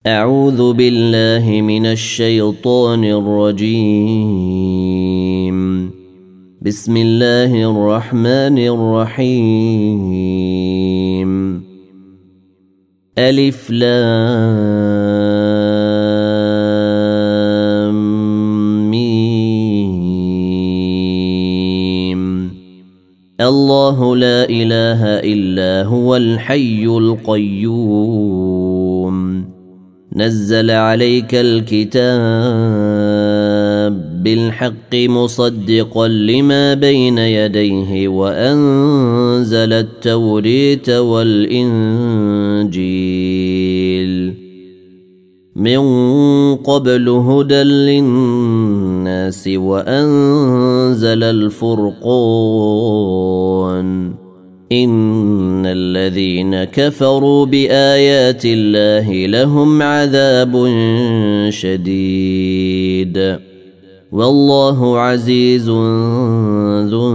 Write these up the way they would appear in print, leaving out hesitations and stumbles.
أعوذ بالله من الشيطان الرجيم. بسم الله الرحمن الرحيم. ألف لام ميم. الله لا إله إلا هو الحي القيوم. نزل عليك الكتاب بالحق مصدقا لما بين يديه وأنزل التوريت والإنجيل من قبل هدى للناس وأنزل الفرقان. إن الذين كفروا بآيات الله لهم عذاب شديد والله عزيز ذو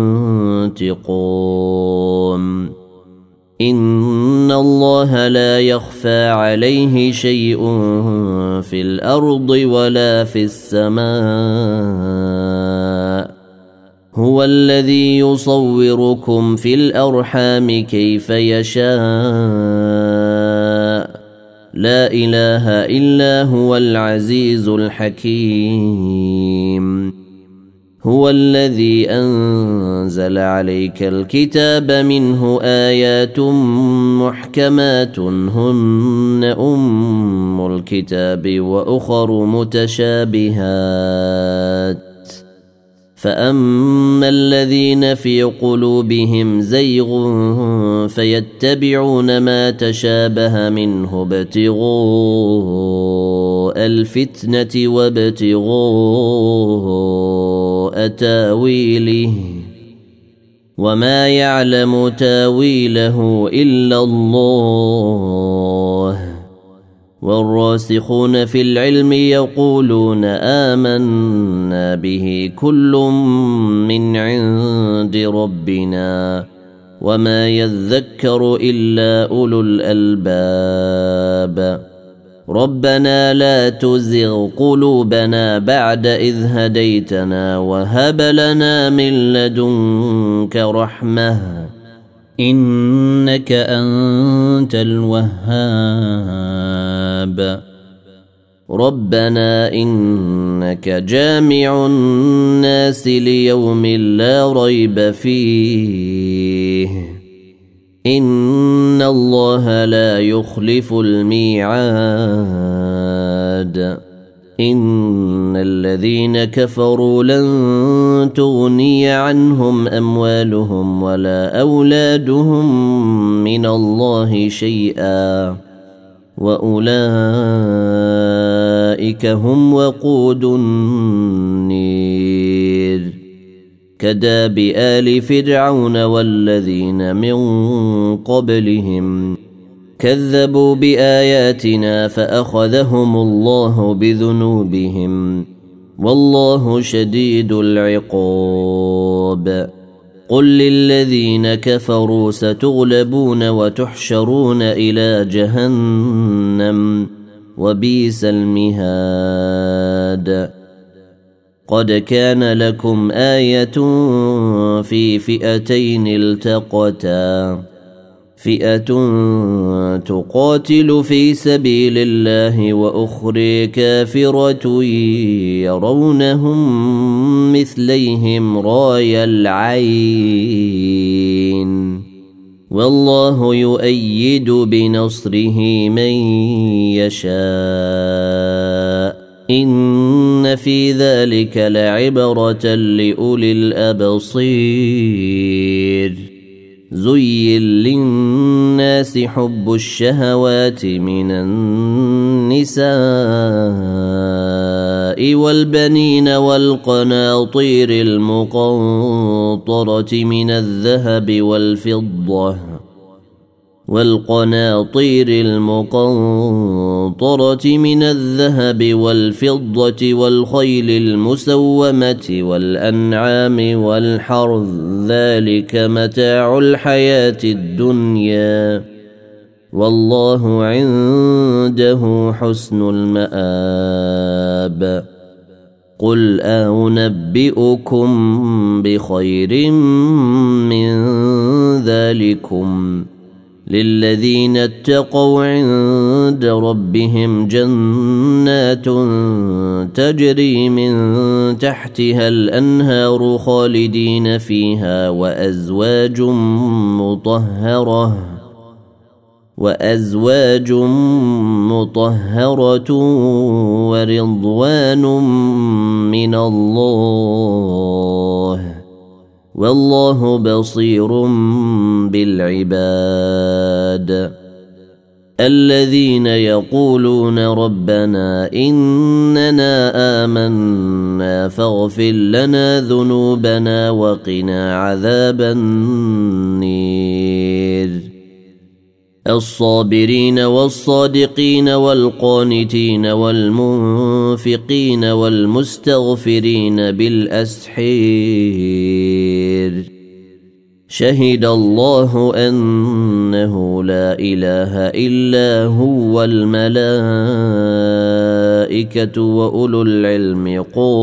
انتقام. إن الله لا يخفى عليه شيء في الأرض ولا في السماء. هو الذي يصوركم في الأرحام كيف يشاء. لا إله إلا هو العزيز الحكيم. هو الذي أنزل عليك الكتاب منه آيات محكمات هن أم الكتاب وأخر متشابهات. فأما الذين في قلوبهم زيغ فيتبعون ما تشابه منه ابتغاء الفتنة وابتغاء تاويله وما يعلم تاويله إلا الله. والراسخون في العلم يقولون آمنا به كل من عند ربنا وما يذكر إلا أولو الألباب. ربنا لا تزغ قلوبنا بعد إذ هديتنا وهب لنا من لدنك رحمة إنك أنت الوهاب. ربنا إنك جامع الناس ليوم لا ريب فيه. إن الله لا يخلف الميعاد. إن الذين كفروا لن تغني عنهم أموالهم ولا أولادهم من الله شيئا وأولئك هم وقود النير. كداب آل فرعون والذين من قبلهم كذبوا بآياتنا فأخذهم الله بذنوبهم والله شديد العقاب. قل للذين كفروا ستغلبون وتحشرون إلى جهنم وبئس المهاد. قد كان لكم آية في فئتين التقتا فئة تقاتل في سبيل الله وأخرى كافرة يرونهم مثليهم راي العين والله يؤيد بنصره من يشاء. إن في ذلك لعبرة لأولي الأبصير. زين للناس حب الشهوات من النساء والبنين والقناطير المقنطرة من الذهب والفضة والخيل المسومة والأنعام والحرث ذلك متاع الحياة الدنيا والله عنده حسن المآب قل أنبئكم بخير من ذلكم للذين اتقوا عند ربهم جنات تجري من تحتها الأنهار خالدين فيها وأزواج مطهرة ورضوان من الله والله بصير بالعباد الذين يقولون ربنا إننا آمنا فاغفر لنا ذنوبنا وقنا عذاب النير الصابرين والصادقين والقانتين والمنفقين والمستغفرين بالأسحير شهد الله أنه لا إله إلا هو والملائكة وأولو العلم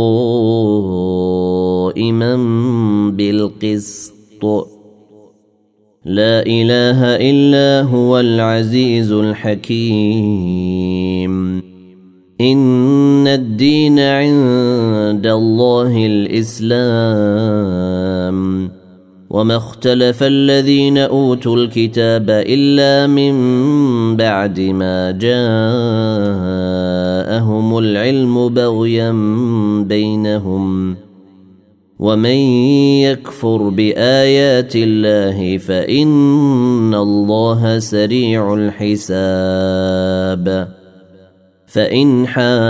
قائما بالقسط لا إله إلا هو العزيز الحكيم إن الدين عند الله الإسلام وما اختلف الذين أوتوا الكتاب إلا من بعد ما جاءهم العلم بغيا بينهم ومن يكفر بآيات الله فإن الله سريع الحساب فإن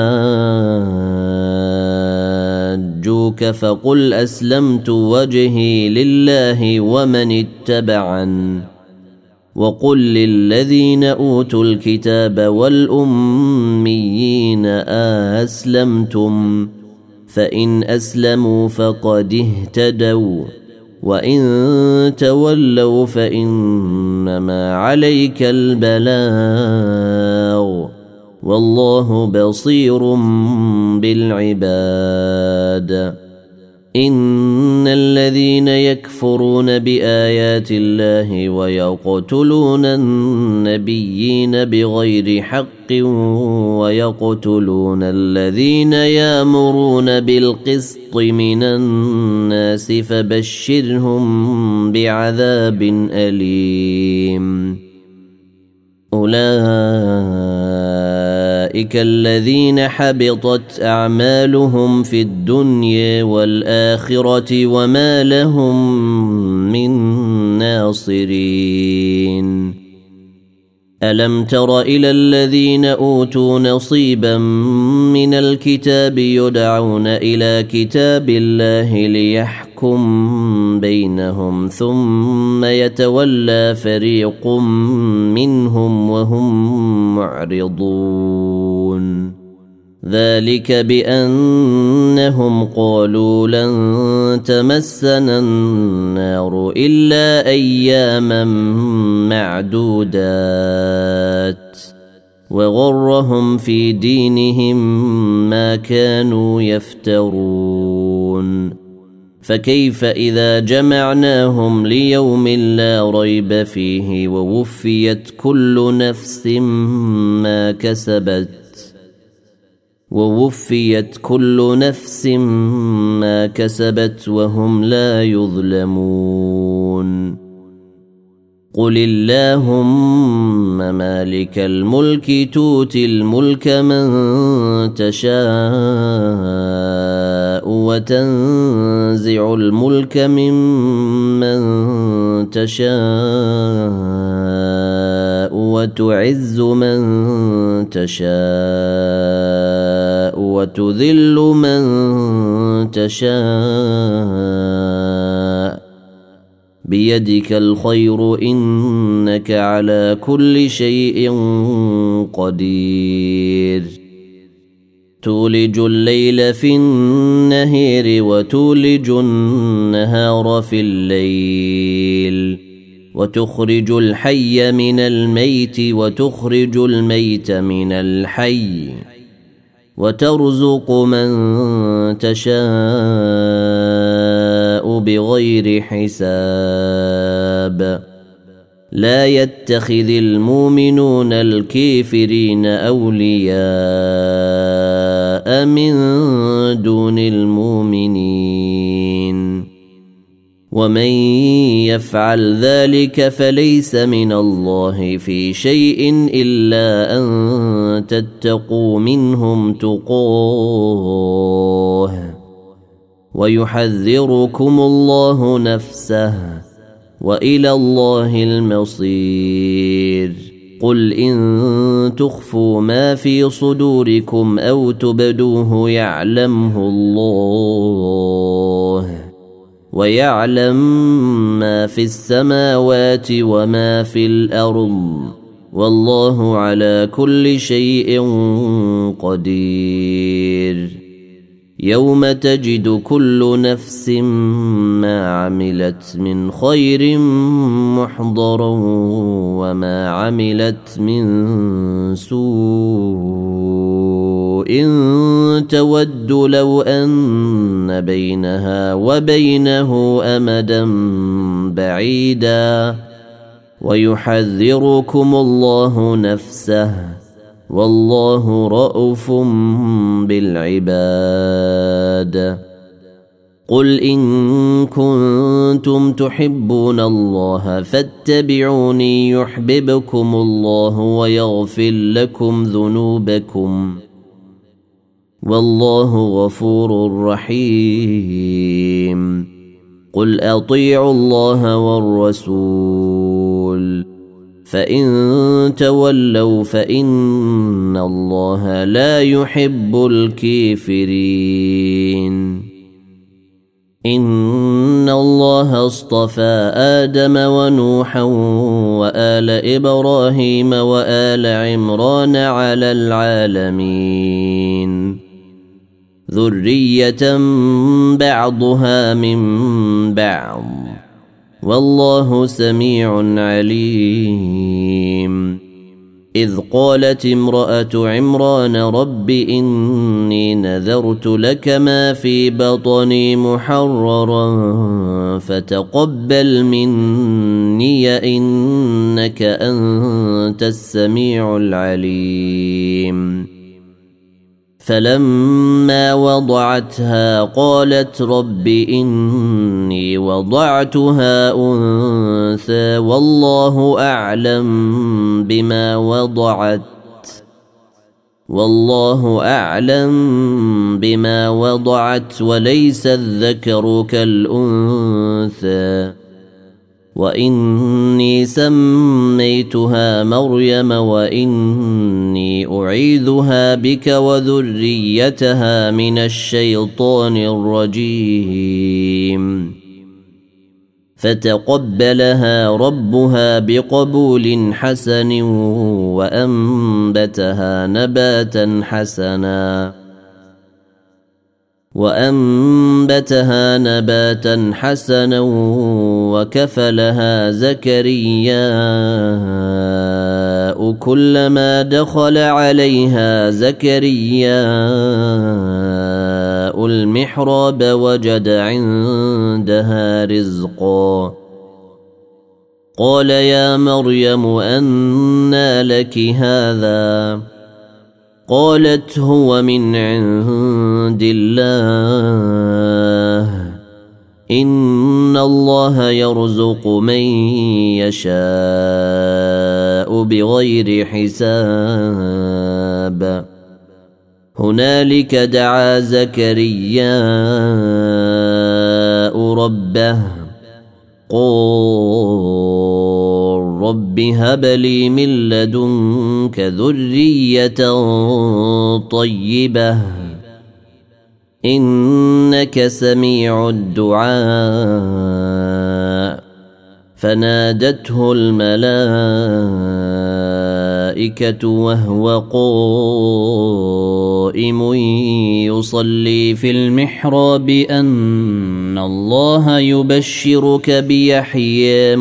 حاجوك فقل أسلمت وجهي لله ومن اتبعن وقل للذين أوتوا الكتاب والأميين أسلمتم فإن أسلموا فقد اهتدوا وإن تولوا فإنما عليك البلاغ والله بصير بالعباد إن الذين يكفرون بآيات الله ويقتلون النبيين بغير حق ويقتلون الذين يأمرون بالقسط من الناس فبشرهم بعذاب أليم أولئك الذين حبطت أعمالهم في الدنيا والآخرة وما لهم من ناصرين ألم تر إلى الذين أوتوا نصيبا من الكتاب يدعون إلى كتاب الله ليحكم بينهم ثم يتولى فريق منهم وهم معرضون ذلك بأنهم قالوا لن تمسنا النار إلا أياما معدودات وغرهم في دينهم ما كانوا يفترون فكيف إذا جمعناهم ليوم لا ريب فيه ووفيت كل نفس ما كسبت وهم لا يظلمون قل اللهم مالك الملك تؤتي الملك من تشاء وتنزع الملك ممن تشاء وتعز من تشاء وتذل من تشاء بيدك الخير إنك على كل شيء قدير تولج الليل في النهار وتولج النهار في الليل وتخرج الحي من الميت وتخرج الميت من الحي وترزق من تشاء بغير حساب لا يتخذ المؤمنون الكافرين أولياء من دون المؤمنين ومن يفعل ذلك فليس من الله في شيء إلا أن تتقوا منهم تقاه ويحذركم الله نفسه وإلى الله المصير قل إن تخفوا ما في صدوركم أو تبدوه يعلمه الله ويعلم ما في السماوات وما في الأرض والله على كل شيء قدير يوم تجد كل نفس ما عملت من خير محضرا وما عملت من سوء تود لو أن بينها وبينه أمدا بعيدا ويحذركم الله نفسه والله رءوف بالعباد قل إن كنتم تحبون الله فاتبعوني يحببكم الله ويغفر لكم ذنوبكم والله غفور رحيم قل أطيعوا الله والرسول فإن تولوا فإن الله لا يحب الكافرين إن الله اصطفى آدم ونوحا وآل إبراهيم وآل عمران على العالمين ذرية بعضها من بعض والله سميع عليم إذ قالت امرأة عمران رب إني نذرت لك ما في بطني محررا فتقبل مني إنك أنت السميع العليم فلما وضعتها قالت رب إني وضعتها أنثى والله أعلم بما وضعت وليس الذكر كالأنثى وإني سميتها مريم وإني أعيذها بك وذريتها من الشيطان الرجيم فتقبلها ربها بقبول حسن وأنبتها نباتا حسنا وكفلها زكرياء كلما دخل عليها زكرياء المحراب وجد عندها رزقا قال يا مريم أنى لك هذا قالت هو من عند الله إن الله يرزق من يشاء بغير حساب هنالك دعا زكرياء ربه قال رب هب لي من لدنك ذرية طيبة إنك سميع الدعاء فنادته الملائكة وهو قائم يصلي في المحراب أن الله يبشرك بيحيى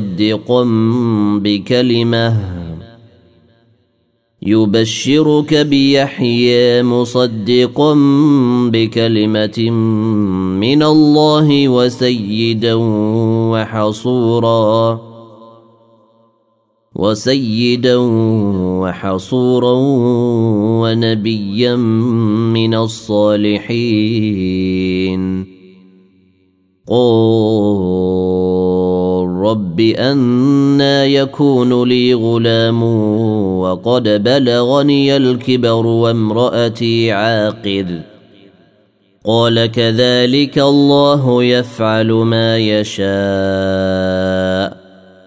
مصدقا بكلمة من الله وسيدا وحصورا ونبيا من الصالحين. قال رب أنى يكون لي غلام وقد بلغني الكبر وامرأتي عاقر. قال كذلك الله يفعل ما يشاء.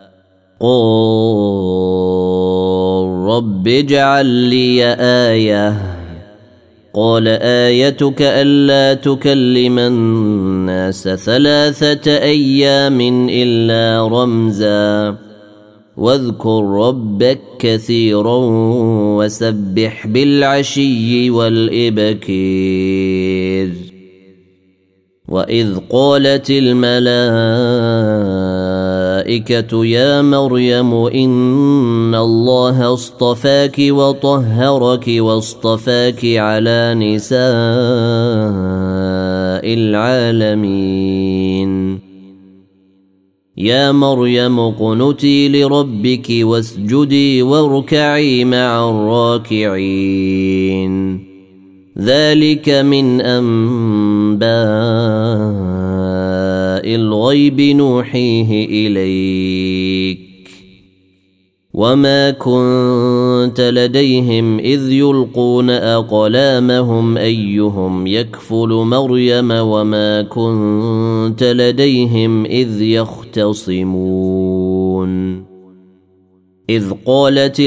قال رب اجعل لي آية. قال آيتك ألا تكلم الناس 3 أيام إلا رمزا واذكر ربك كثيرا وسبح بالعشي والإبكير. وإذ قالت الملائكة يا مريم إن الله اصطفاك وطهرك واصطفاك على نساء العالمين. يا مريم اقنتي لربك واسجدي واركعي مع الراكعين. ذلك من أنباء الغيب نوحيه إليك وما كنت لديهم إذ يلقون أقلامهم أيهم يكفل مريم وما كنت لديهم إذ يختصمون. إذ قالت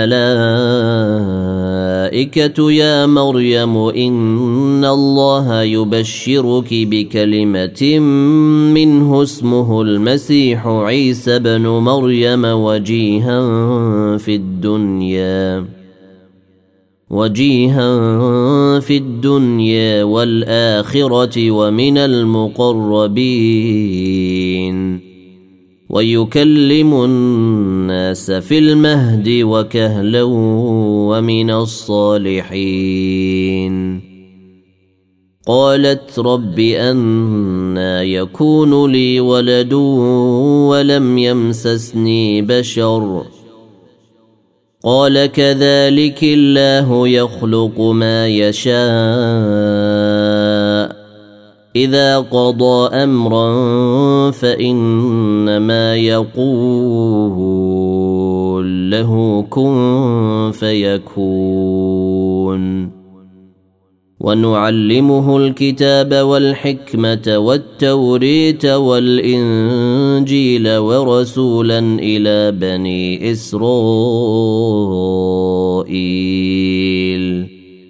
الملائكة يا مريم إن الله يبشرك بكلمة منه اسمه المسيح عيسى بن مريم وجيها في الدنيا والآخرة ومن المقربين ويكلم الناس في المهد وكهلا ومن الصالحين. قالت رب أنى يكون لي ولد ولم يمسسني بشر. قال كذلك الله يخلق ما يشاء إذا قضى أمرا فإنما يقول له كن فيكون. ونعلمه الكتاب والحكمة والتوريت والإنجيل ورسولا إلى بني إسرائيل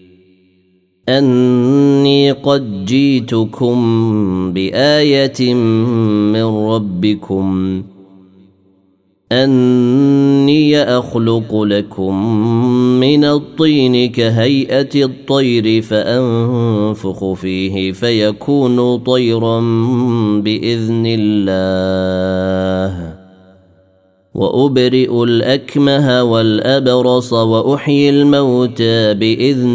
أني قد جيتكم بآية من ربكم أني أخلق لكم من الطين كهيئة الطير فأنفخ فيه فيكون طيرا بإذن الله وأبرئ الأكمه والأبرص وأحيي الموتى بإذن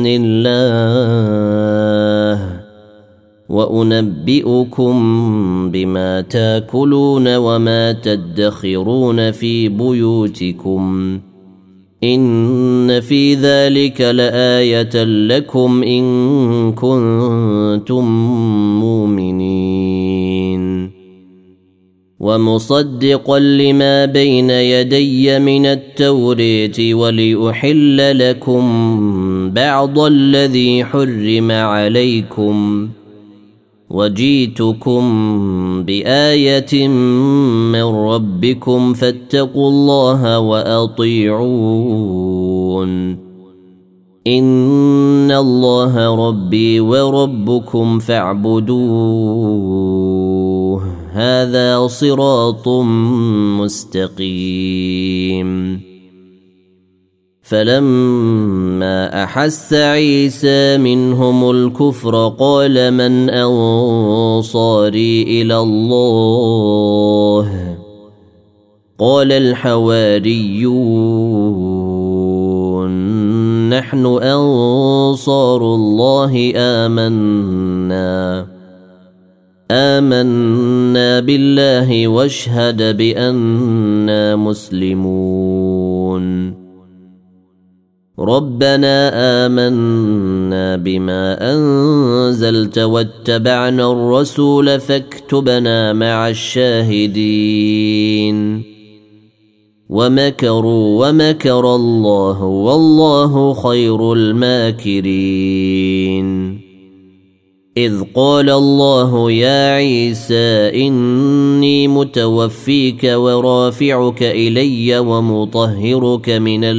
الله وأنبئكم بما تاكلون وما تدخرون في بيوتكم إن في ذلك لآية لكم إن كنتم مؤمنين. ومصدقا لما بين يدي من التوريت ولأحل لكم بعض الذي حرم عليكم وجيتكم بآية من ربكم فاتقوا الله وأطيعون إن الله ربي وربكم فاعبدوه هذا صراط مستقيم. فلما أحس عيسى منهم الكفر قال من أنصاري إلى الله قال الحواريون نحن أنصار الله آمنا بالله واشهد بأننا مسلمون ربنا آمنا بما أنزلت واتبعنا الرسول فاكتبنا مع الشاهدين ومكروا ومكر الله والله خير الماكرين إذ قال الله يا عيسى إني متوفيك ورافعك إلي ومطهرك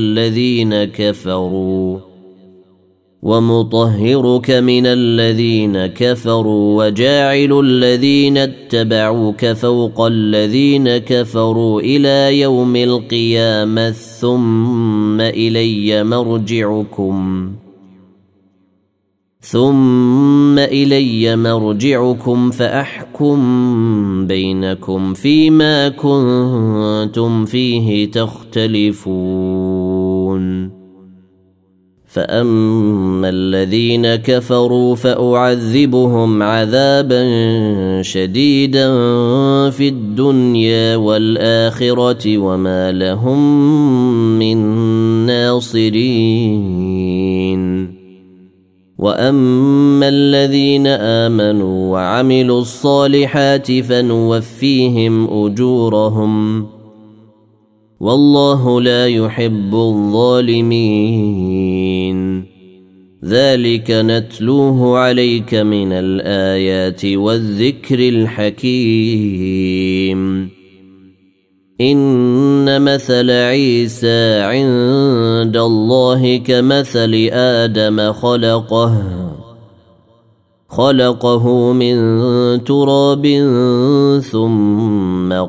من الذين كفروا وجاعل الذين اتبعوك فوق الذين كفروا إلى يوم القيامة ثم إلي مرجعكم فأحكم بينكم فيما كنتم فيه تختلفون فأما الذين كفروا فأعذبهم عذابا شديدا في الدنيا والآخرة وما لهم من ناصرين وأما الذين آمنوا وعملوا الصالحات فنوفيهم أجورهم والله لا يحب الظالمين ذلك نتلوه عليك من الآيات والذكر الحكيم إن مثل عيسى عند الله كمثل آدم خلقه من تراب ثم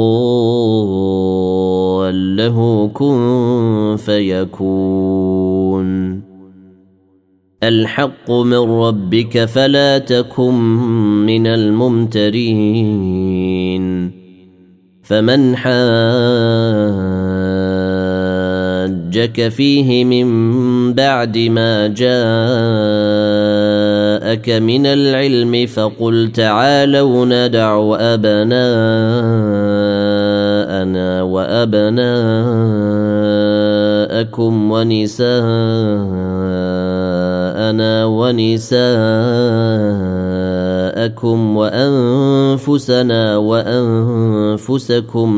قال له كن فيكون الحق من ربك فلا تكن من الممترين فمن حاجك فيه من بعد ما جاءك من العلم فقل تعالوا ندع أبناءنا وأبناءكم ونساءنا ونساءكم وأنفسنا وأنفسكم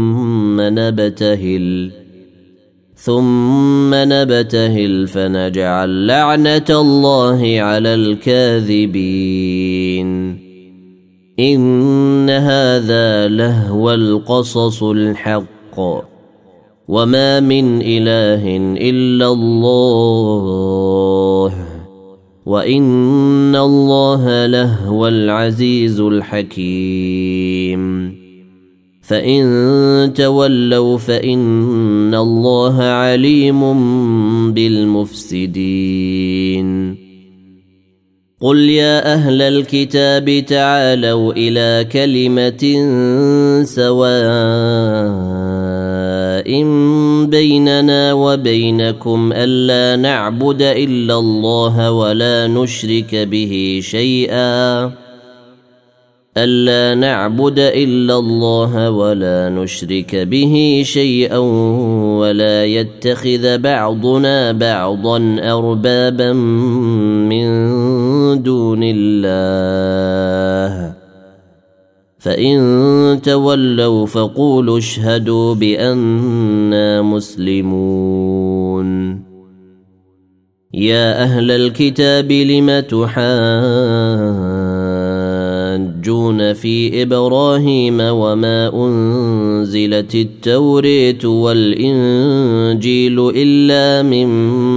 ثم نبتهل فنجعل لعنة الله على الكاذبين إن هذا لهو القصص الحق وما من إله إلا الله وإن الله لهو العزيز الحكيم فإن تولوا فإن الله عليم بالمفسدين قل يا أهل الكتاب تعالوا إلى كلمة سواء بيننا وبينكم ألا نعبد إلا الله ولا نشرك به شيئا ولا يتخذ بعضنا بعضا أربابا من دون الله فإن تولوا فقولوا اشهدوا بأننا مسلمون يا أهل الكتاب لم تحاجون في إبراهيم وما أنزلت التوراة والإنجيل إلا من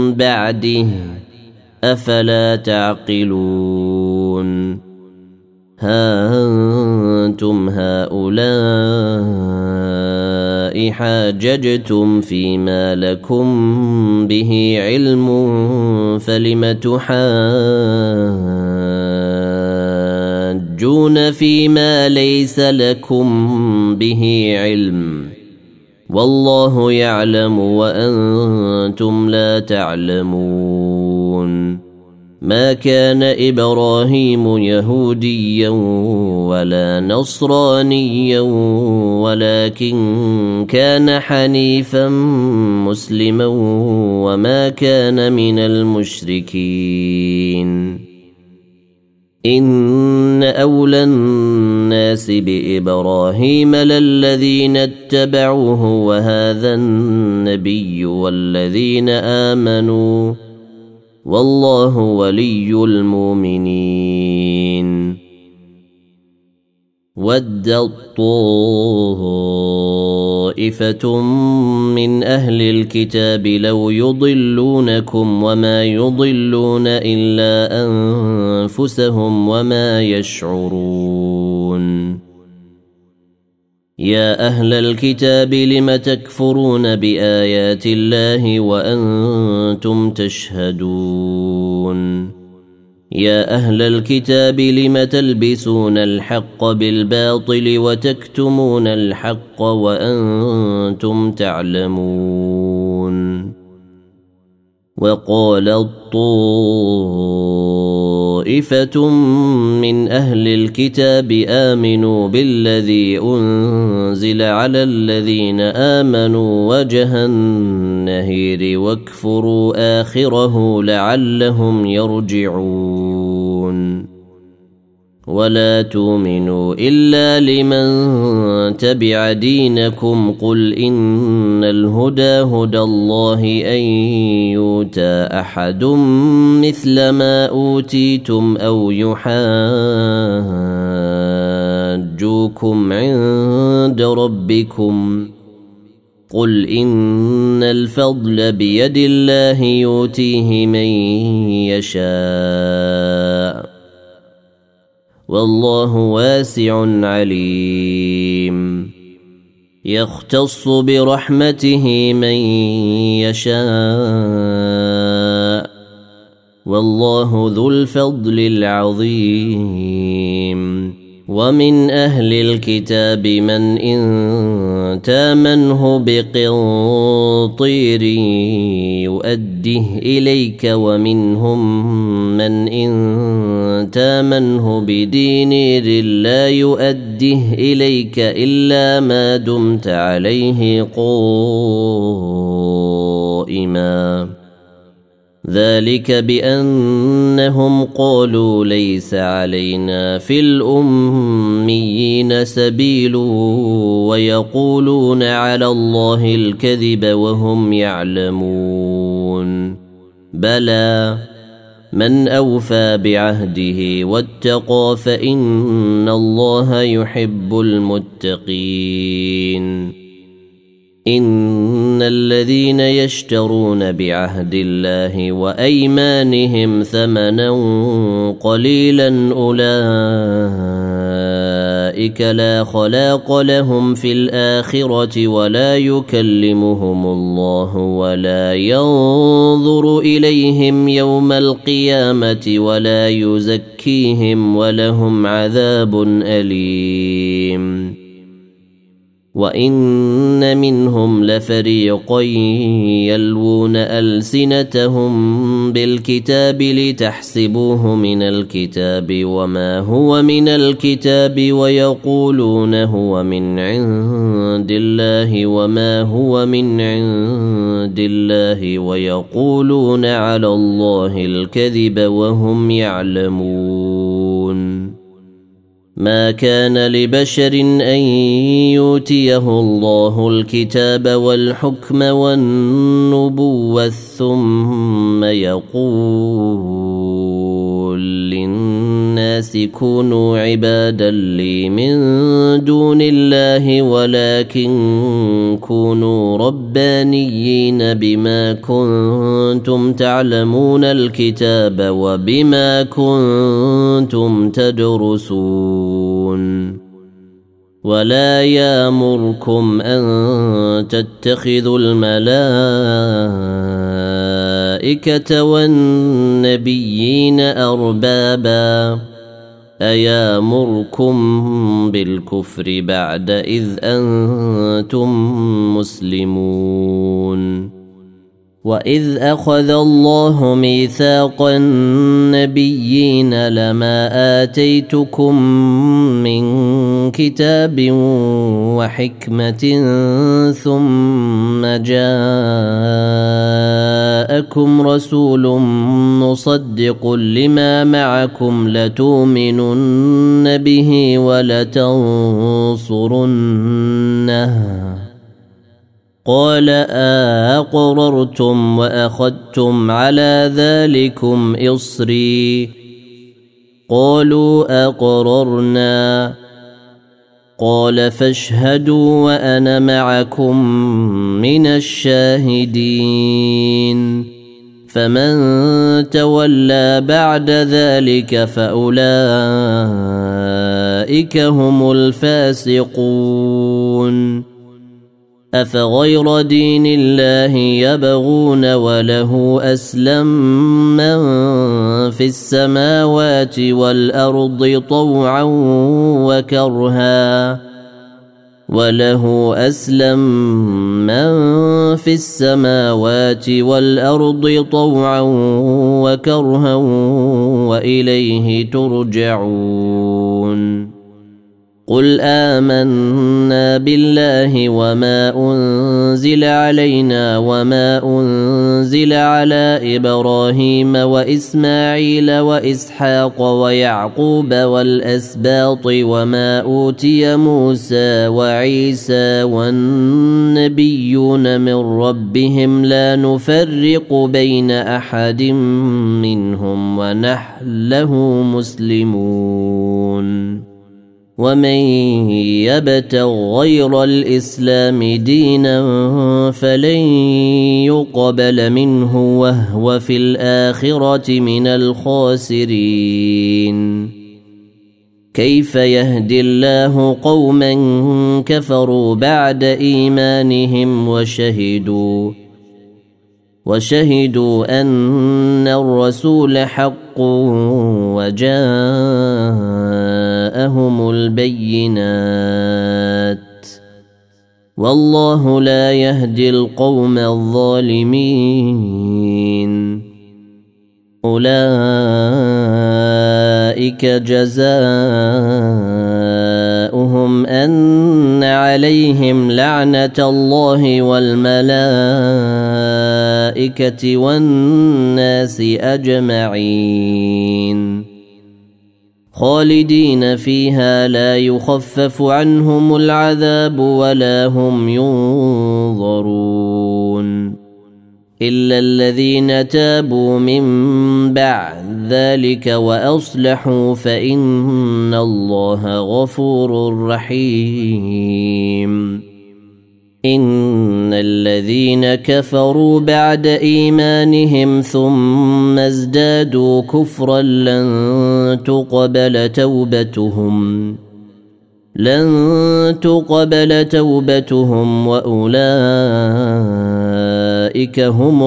بعده أفلا تعقلون ها أنتم هؤلاء حاججتم فيما لكم به علم فلم تحاجون فيما ليس لكم به علم والله يعلم وأنتم لا تعلمون ما كان إبراهيم يهوديا ولا نصرانيا ولكن كان حنيفا مسلما وما كان من المشركين إن أولى الناس بإبراهيم للذين اتبعوه وهذا النبي والذين آمنوا والله ولي المؤمنين ودت طائفة من أهل الكتاب لو يضلونكم وما يضلون إلا أنفسهم وما يشعرون يا أهل الكتاب لم تكفرون بآيات الله وأنتم تشهدون يا أهل الكتاب لم تلبسون الحق بالباطل وتكتمون الحق وأنتم تعلمون وقال طائفة من أهل الكتاب آمنوا بالذي أنزل على الذين آمنوا وجه النهير واكفروا آخره لعلهم يرجعون ولا تؤمنوا إلا لمن تبع دينكم قل إن الهدى هدى الله أن يؤتى أحد مثل ما أوتيتم أو يحاجوكم عند ربكم قل إن الفضل بيد الله يؤتيه من يشاء والله واسع عليم يختص برحمته من يشاء والله ذو الفضل العظيم ومن أهل الكتاب من إن تامنه بقنطير يؤديه إليك ومنهم من إن تامنه بدينار لا يؤديه إليك إلا ما دمت عليه قائما ذلك بأنهم قالوا ليس علينا في الأميين سبيل ويقولون على الله الكذب وهم يعلمون بلى من أوفى بعهده واتقى فإن الله يحب المتقين إن الذين يشترون بعهد الله وأيمانهم ثمنا قليلا أولئك لا خلاق لهم في الآخرة ولا يكلمهم الله ولا ينظر إليهم يوم القيامة ولا يزكيهم ولهم عذاب أليم وإن منهم لفريقا يلوون ألسنتهم بالكتاب لتحسبوه من الكتاب وما هو من الكتاب ويقولون هو من عند الله وما هو من عند الله ويقولون على الله الكذب وهم يعلمون ما كان لبشر أن يؤتيه الله الكتاب والحكم والنبوة ثم يقول قل للناس كونوا عبادا لي من دون الله ولكن كونوا ربانيين بما كنتم تعلمون الكتاب وبما كنتم تدرسون ولا يامركم أن تتخذوا الملائكة والنبيين أربابا أيامركم بالكفر بعد إذ أنتم مسلمون وإذ أخذ الله ميثاق النبيين لما آتيتكم من كتاب وحكمة ثم جاءكم رسول مصدق لما معكم لتؤمنن به ولتنصرنه قال أقررتم وأخذتم على ذلكم إصري قالوا أقررنا قال فاشهدوا وأنا معكم من الشاهدين فمن تولى بعد ذلك فأولئك هم الفاسقون أفغير دين الله يبغون وله أسلم من في السماوات والأرض طوعا وكرها وله أسلم من في السماوات والأرض طوعا وكرها وإليه ترجعون قل آمنا بالله وما أنزل علينا وما أنزل على إبراهيم وإسماعيل وإسحاق ويعقوب والأسباط وما أوتي موسى وعيسى والنبيون من ربهم لا نفرق بين أحد منهم ونحن له مسلمون ومن يبتغ غير الإسلام دينا فلن يقبل منه وهو في الآخرة من الخاسرين كيف يهدي الله قوما كفروا بعد إيمانهم وشهدوا أن الرسول حق وجاءهم البينات والله لا يهدي القوم الظالمين أولئك جزاؤهم أن عليهم لعنة الله والملائكة والناس أجمعين خالدين فيها لا يخفف عنهم العذاب ولا هم ينظرون إلا الذين تابوا من بعد ذلك وأصلحوا فإن الله غفور رحيم إن الذين كفروا بعد إيمانهم ثم ازدادوا كفرا لن تقبل توبتهم وأولئك هم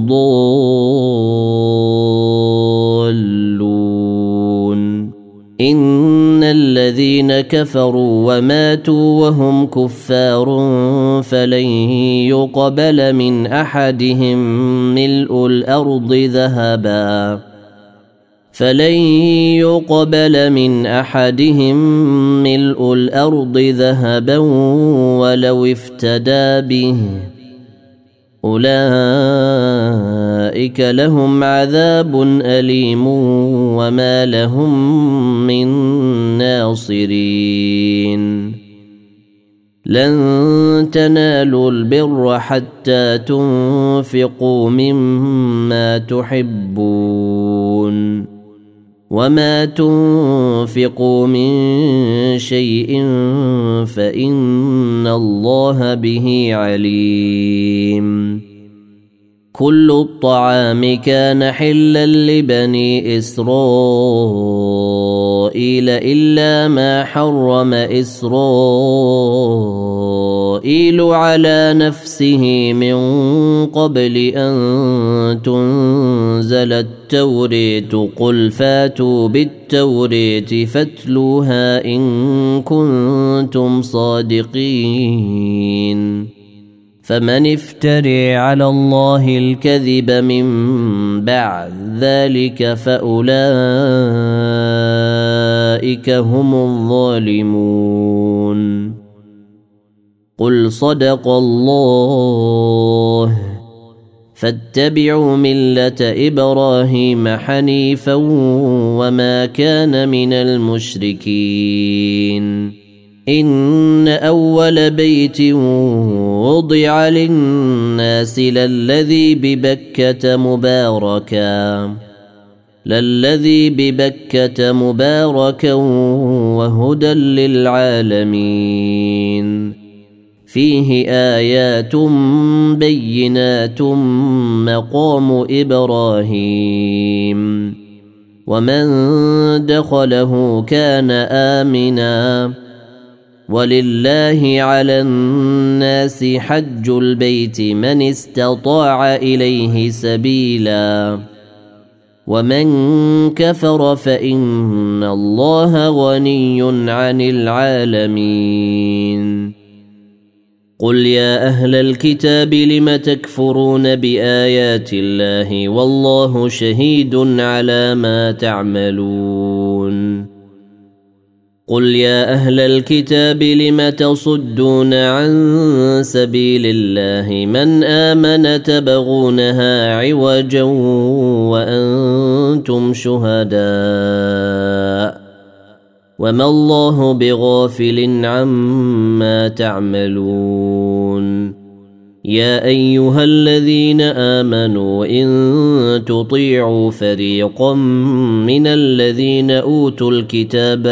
الضالون إن الذين كفروا وماتوا وهم كفار فلن يقبل من أحدهم ملء الأرض ذهبا ولو افتدى به أولئك لهم عذاب أليم وما لهم من ناصرين لن تنالوا البر حتى تنفقوا مما تحبون وما تنفقوا من شيء فإن الله به عليم. كل الطعام كان حلا لبني إسرائيل إلا ما حرم إسرائيل على نفسه من قبل أن تنزل التوراة قل فاتوا بالتوراة فاتلوها إن كنتم صادقين. فمن افتري على الله الكذب من بعد ذلك فأولئك هم الظالمون. قل صدق الله فاتبعوا ملة إبراهيم حنيفا وما كان من المشركين. إن أول بيت وضع للناس للذي ببكة مباركا وهدى للعالمين. فيه آيات بينات مقام إبراهيم ومن دخله كان آمنا ولله على الناس حج البيت من استطاع إليه سبيلا ومن كفر فإن الله غني عن العالمين. قل يا أهل الكتاب لم تكفرون بآيات الله والله شهيد على ما تعملون. قل يا أهل الكتاب لم تصدون عن سبيل الله من آمن تبغونها عوجا وأنتم شهداء وما الله بغافل عما تعملون. يا أيها الذين آمنوا إن تطيعوا فريقا من الذين أوتوا الكتاب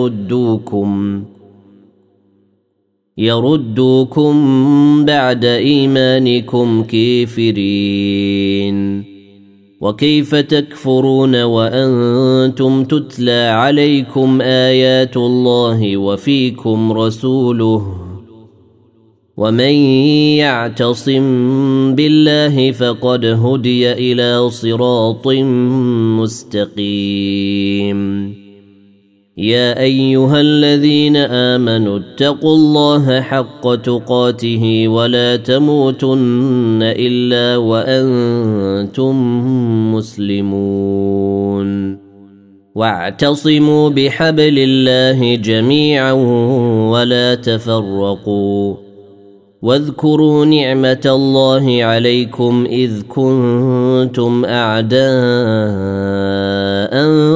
يردوكم بعد إيمانكم كافرين. وكيف تكفرون وأنتم تتلى عليكم آيات الله وفيكم رسوله ومن يعتصم بالله فقد هدي إلى صراط مستقيم. يا أيها الذين آمنوا اتقوا الله حق تقاته ولا تموتن إلا وأنتم مسلمون. واعتصموا بحبل الله جميعا ولا تفرقوا. واذكروا نعمة الله عليكم إذ كنتم أعداء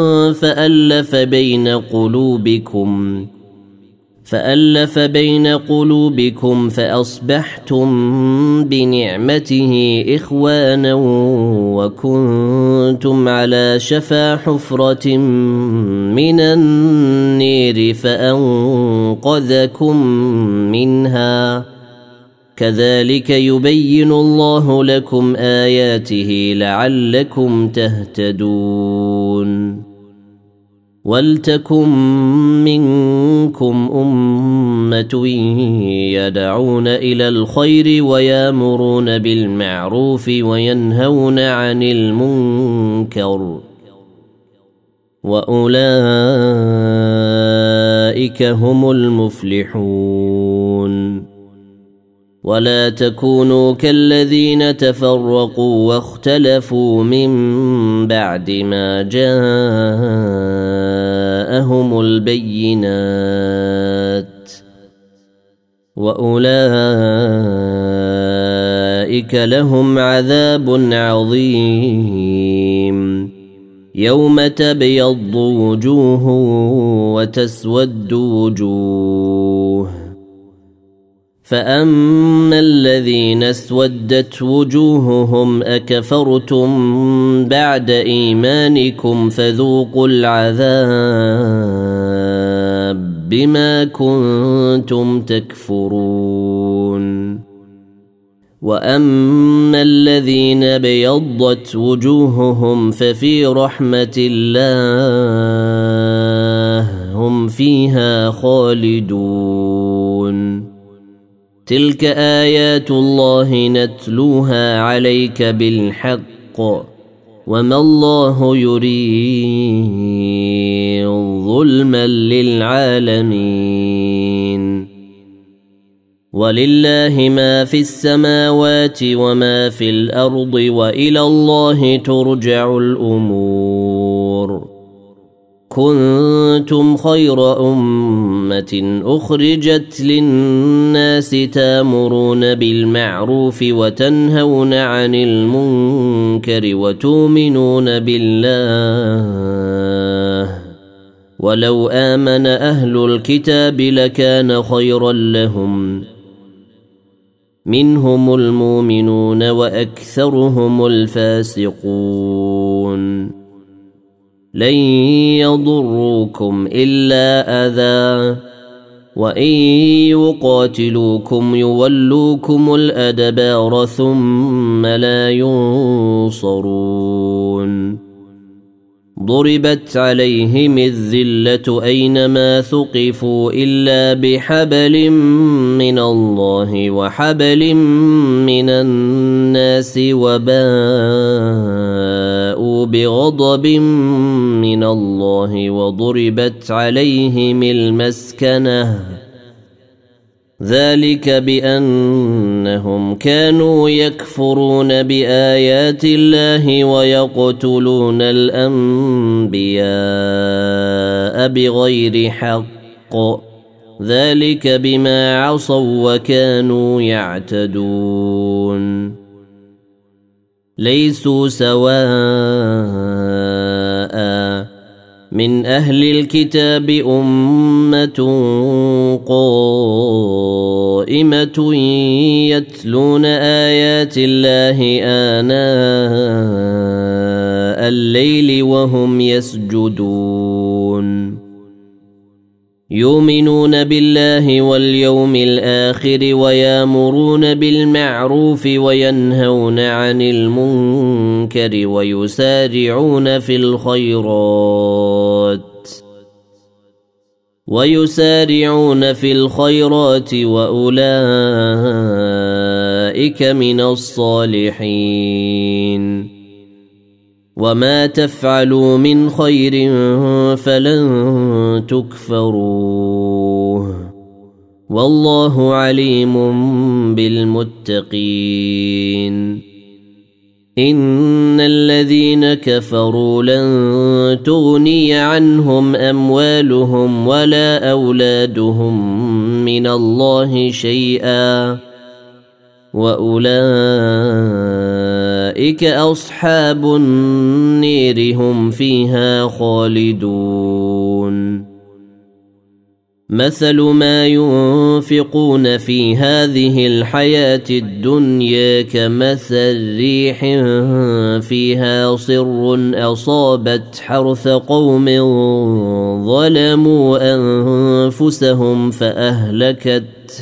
فألف بين قلوبكم فأصبحتم بنعمته إخوانا وكنتم على شفا حفرة من النير فأنقذكم منها. كذلك يبين الله لكم آياته لعلكم تهتدون. ولتكن منكم أمة يدعون إلى الخير ويامرون بالمعروف وينهون عن المنكر وأولئك هم المفلحون. ولا تكونوا كالذين تفرقوا واختلفوا من بعد ما جاءهم البينات وأولئك لهم عذاب عظيم. يوم تبيض وجوه وتسود وجوه فأما الذين اسودت وجوههم أكفرتم بعد إيمانكم فذوقوا العذاب بما كنتم تكفرون وأما الذين ابيضت وجوههم ففي رحمة الله هم فيها خالدون تلك آيات الله نتلوها عليك بالحق وما الله يريد ظلما للعالمين ولله ما في السماوات وما في الأرض وإلى الله ترجع الأمور كنتم خير أمة أخرجت للناس تامرون بالمعروف وتنهون عن المنكر وتؤمنون بالله ولو آمن أهل الكتاب لكان خيرا لهم منهم المؤمنون وأكثرهم الفاسقون لن يضروكم إلا أذى وإن يقاتلوكم يولوكم الأدبار ثم لا ينصرون ضربت عليهم الذلة أينما ثقفوا إلا بحبل من الله وحبل من الناس وباءوا بغضب من الله وضربت عليهم المسكنة ذلك بأنهم كانوا يكفرون بآيات الله ويقتلون الأنبياء بغير حق ذلك بما عصوا وكانوا يعتدون ليسوا سواء من أهل الكتاب أمة قائمة يتلون آيات الله آناء الليل وهم يسجدون يؤمنون بالله واليوم الآخر ويأمرون بالمعروف وينهون عن المنكر ويسارعون في الخيرات وأولئك من الصالحين وما تفعلوا من خير فلن تكفروه والله عليم بالمتقين إن الذين كفروا لن تغني عنهم أموالهم ولا أولادهم من الله شيئا وأولئك أصحاب النير هم فيها خالدون مثل ما ينفقون في هذه الحياة الدنيا كمثل ريح فيها صر أصابت حرث قوم ظلموا أنفسهم فأهلكته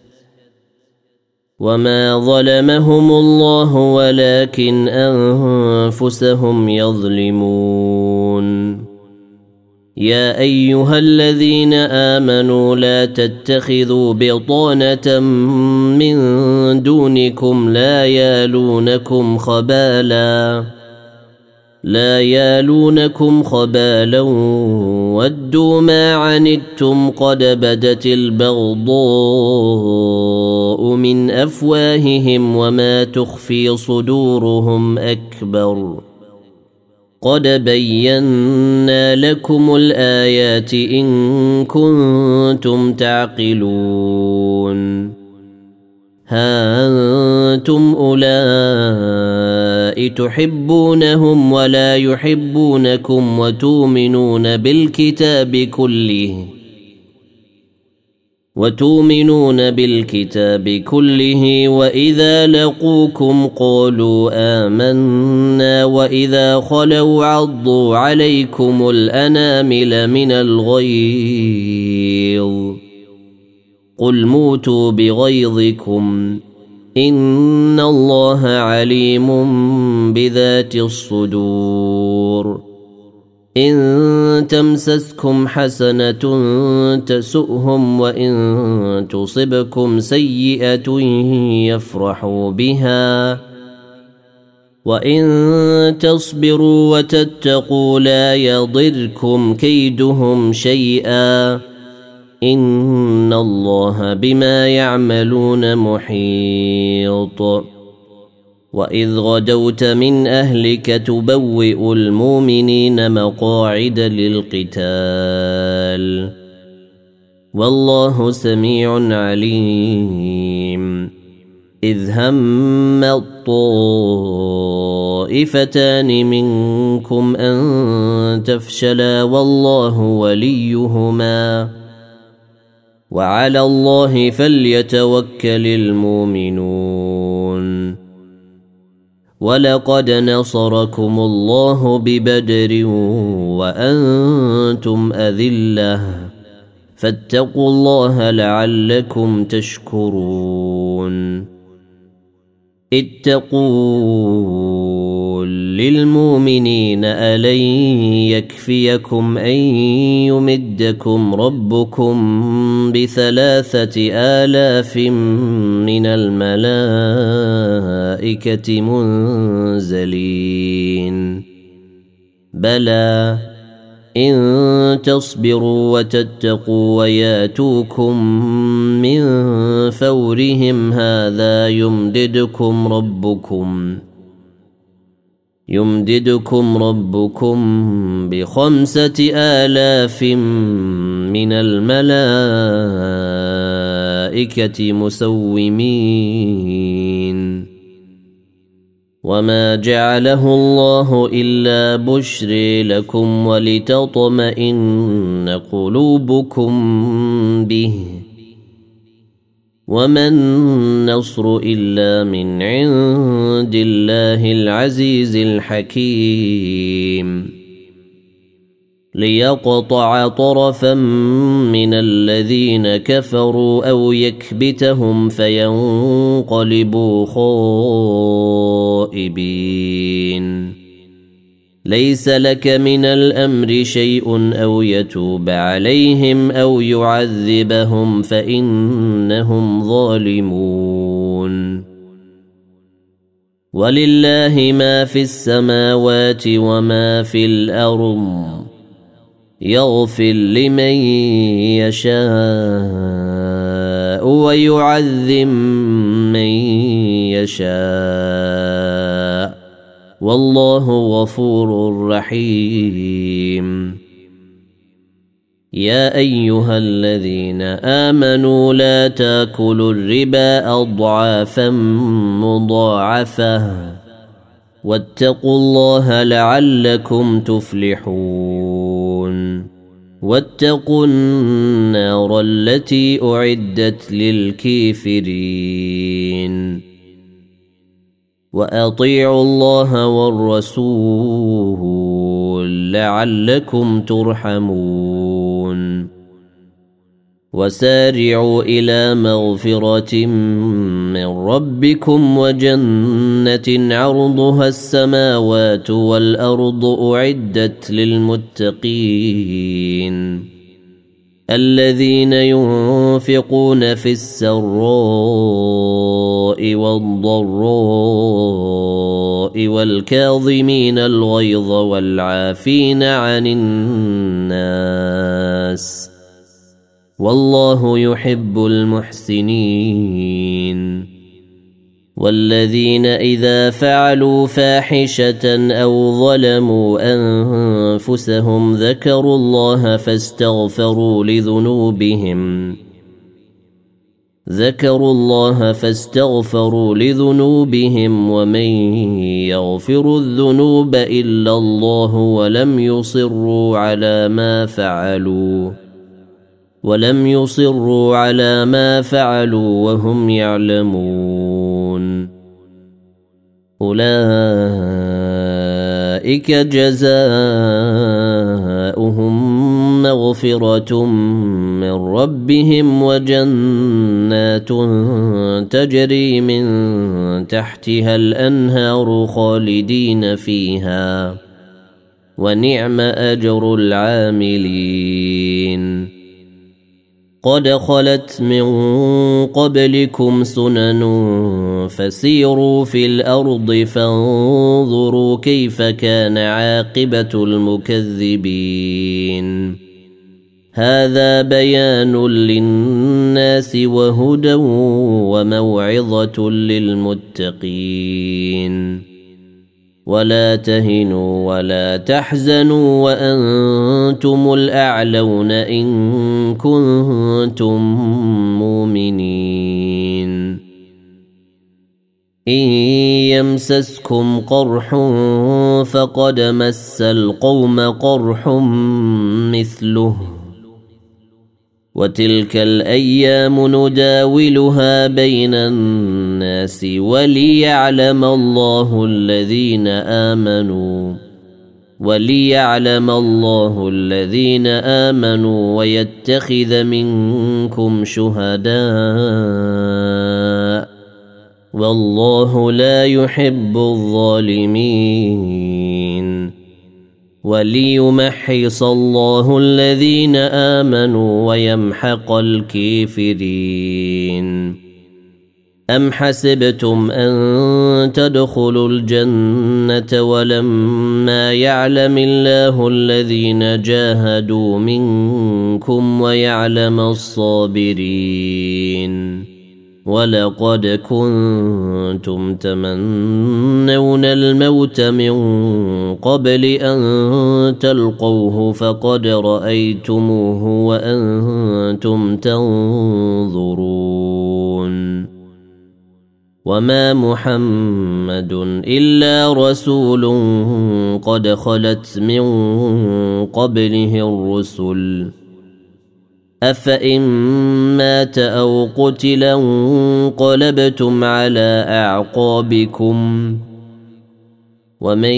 وما ظلمهم الله ولكن أنفسهم يظلمون يا أيها الذين آمنوا لا تتخذوا بطانة من دونكم لا يالونكم خبالا ودوا ما عنتم قد بدت البغضاء من أفواههم وما تخفي صدورهم أكبر قد بينا لكم الآيات إن كنتم تعقلون ها أنتم أولئك تحبونهم ولا يحبونكم وتؤمنون بالكتاب كله وإذا لقوكم قالوا آمنا وإذا خلوا عضوا عليكم الأنامل من الغيظ قل موتوا بغيظكم إن الله عليم بذات الصدور إن تمسسكم حسنة تسؤهم وإن تصبكم سيئة يفرحوا بها وإن تصبروا وتتقوا لا يضركم كيدهم شيئا إن الله بما يعملون محيط وإذ غدوت من أهلك تبوئ المؤمنين مقاعد للقتال والله سميع عليم إذ هم الطائفتان منكم أن تفشلا والله وليهما وعلى الله فليتوكل المؤمنون ولقد نصركم الله ببدر وأنتم أذلة فاتقوا الله لعلكم تشكرون اتقوا للمؤمنين ألن يكفيكم أن يمدكم ربكم ب3,000 من الملائكة منزلين بلى إن تصبروا وتتقوا وياتوكم من فورهم هذا يمددكم ربكم ب5,000 من الملائكة مسومين وما جعله الله إلا بشر لكم ولتطمئن قلوبكم به وما النصر إلا من عند الله العزيز الحكيم ليقطع طرفا من الذين كفروا أو يكبتهم فينقلبوا خائبين ليس لك من الأمر شيء أو يتوب عليهم أو يعذبهم فإنهم ظالمون ولله ما في السماوات وما في الأرض يغفر لمن يشاء ويعذب من يشاء والله غفور رحيم يا أيها الذين آمنوا لا تاكلوا الربا أضعافا مضاعفة واتقوا الله لعلكم تفلحون واتقوا النار التي أعدت للكافرين وأطيعوا الله والرسول لعلكم ترحمون وسارعوا إلى مغفرة من ربكم وجنة عرضها السماوات والأرض أعدت للمتقين الذين ينفقون في السراء والضراء والكاظمين الغيظ والعافين عن الناس والله يحب المحسنين والذين إذا فعلوا فاحشة أو ظلموا أنفسهم ذكروا الله فاستغفروا لذنوبهم ومن يغفر الذنوب إلا الله ولم يصروا على ما فعلوا ولم يصروا على ما فعلوا وهم يعلمون أولئك جزاؤهم مغفرة من ربهم وجنات تجري من تحتها الأنهار خالدين فيها ونعم أجر العاملين قد خلت من قبلكم سنن فسيروا في الأرض فانظروا كيف كان عاقبة المكذبين هذا بيان للناس وهدى وموعظة للمتقين ولا تهنوا ولا تحزنوا وأنتم الأعلون إن كنتم مؤمنين إن يمسسكم قرح فقد مس القوم قرح مثله وتلك الأيام نداولها بين الناس وليعلم الله الذين آمنوا ويتخذ منكم شهداء والله لا يحب الظالمين وليمحص الله الذين آمنوا ويمحق الكافرين أم حسبتم أن تدخلوا الجنة ولما يعلم الله الذين جاهدوا منكم ويعلم الصابرين ولقد كنتم تمنون الموت من قبل أن تلقوه فقد رأيتموه وأنتم تنظرون وما محمد إلا رسول قد خلت من قبله الرسل أفإن مات أو قتل انقلبتم على أعقابكم ومن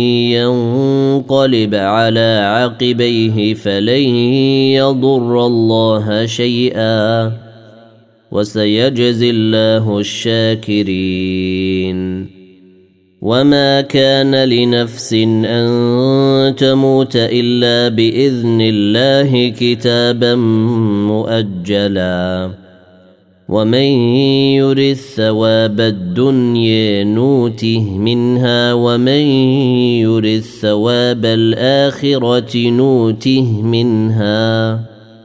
ينقلب على عقبيه فلن يضر الله شيئا وسيجزي الله الشاكرين وما كان لنفس أن تموت إلا بإذن الله كتابا مؤجلا ومن يرث ثواب الدنيا نوته منها ومن يرث ثواب الآخرة نوته منها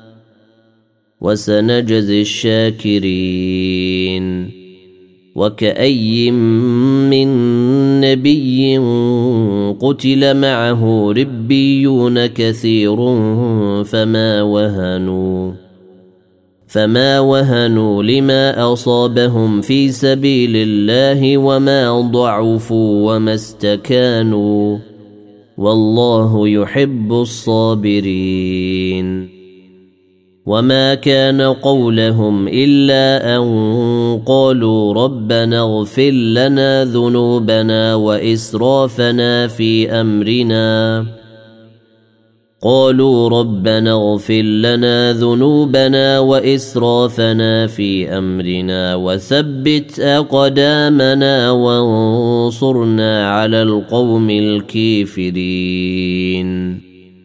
وسنجزي الشاكرين وكأي من نبي قتل معه ربيون كثير فما وهنوا لما أصابهم في سبيل الله وما ضعفوا وما استكانوا والله يحب الصابرين وما كان قولهم إلا أن قالوا ربنا اغفر لنا ذنوبنا وإسرافنا في أمرنا وثبت أقدامنا وانصرنا على القوم الكافرين